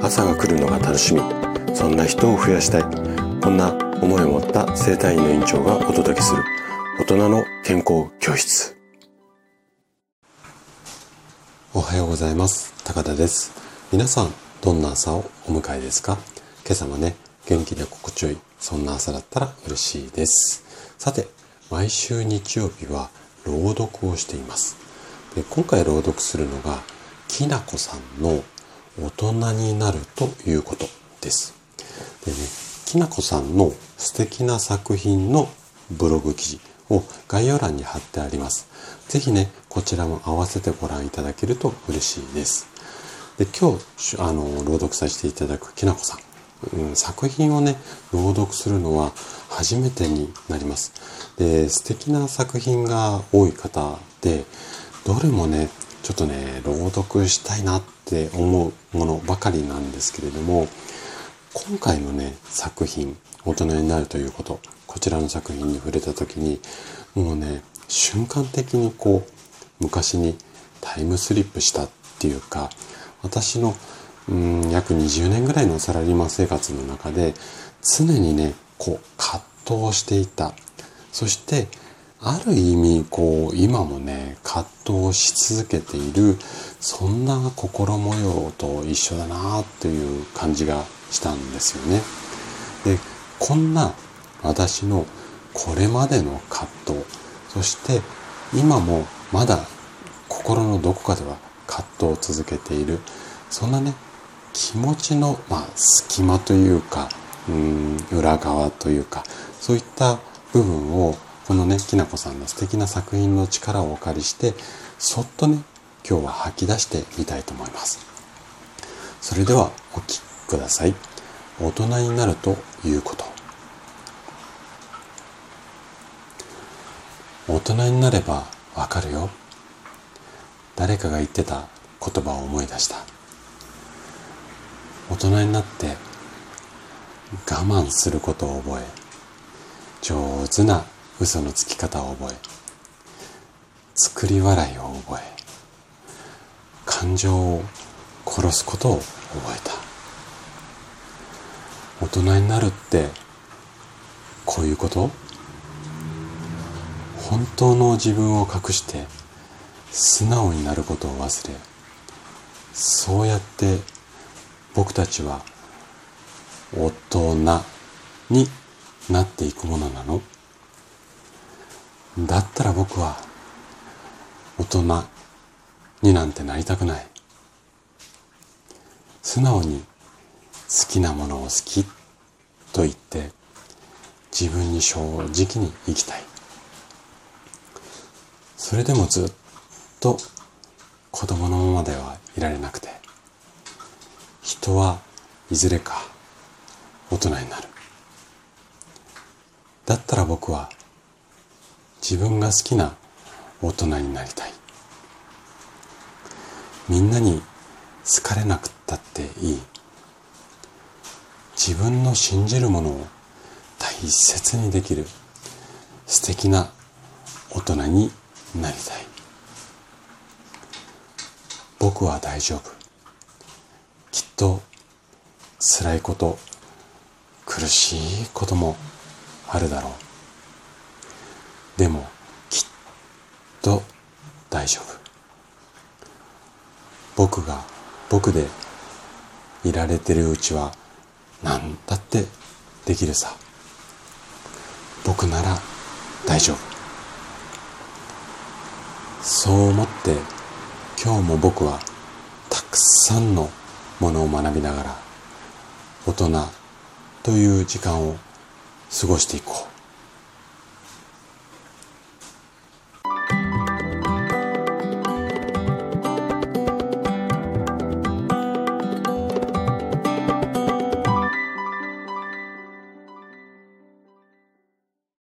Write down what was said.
朝が来るのが楽しみ、そんな人を増やしたい、こんな思いを持った整体院の院長がお届けする大人の健康教室。おはようございます。高田です。皆さんどんな朝をお迎えですか？今朝もね、元気で心地よい、そんな朝だったら嬉しいです。さて、毎週日曜日は朗読をしています。で、今回朗読するのがきなこさんの大人になるということです。でね、きなこさんの素敵な作品のブログ記事を概要欄に貼ってあります。ぜひね、こちらも合わせてご覧いただけると嬉しいです。で、今日朗読させていただくきなこさん、作品をね朗読するのは初めてになります。で、素敵な作品が多い方で、どれもねちょっとね朗読したいなって思うものばかりなんですけれども、今回のね作品、大人になるということ、こちらの作品に触れた時に、もうね瞬間的に昔にタイムスリップしたっていうか、私の約20年ぐらいのサラリーマン生活の中で常にね葛藤していた。そしてある意味今もね葛藤し続けている、そんな心模様と一緒だなっていう感じがしたんですよね。で、こんな私のこれまでの葛藤、そして今もまだ心のどこかでは葛藤を続けている、そんなね気持ちの隙間というか裏側というか、そういった部分をこのねきなこさんの素敵な作品の力をお借りして、そっとね今日は吐き出してみたいと思います。それではお聞きください。大人になるということ。大人になればわかるよ。誰かが言ってた言葉を思い出した。大人になって我慢することを覚え、上手な嘘のつき方を覚え、作り笑いを覚え、感情を殺すことを覚えた。大人になるってこういうこと？本当の自分を隠して素直になることを忘れ、そうやって僕たちは大人になっていくものなの？だったら僕は大人になんてなりたくない。素直に好きなものを好きと言って自分に正直に生きたい。それでもずっと子供のままではいられなくて、人はいずれか大人になる。だったら僕は自分が好きな大人になりたい。みんなに好かれなくったっていい。自分の信じるものを大切にできる素敵な大人になりたい。僕は大丈夫。きっと辛いこと、苦しいこともあるだろう。でもきっと大丈夫。僕が僕でいられてるうちは何だってできるさ。僕なら大丈夫。そう思って今日も僕はたくさんのものを学びながら大人という時間を過ごしていこう。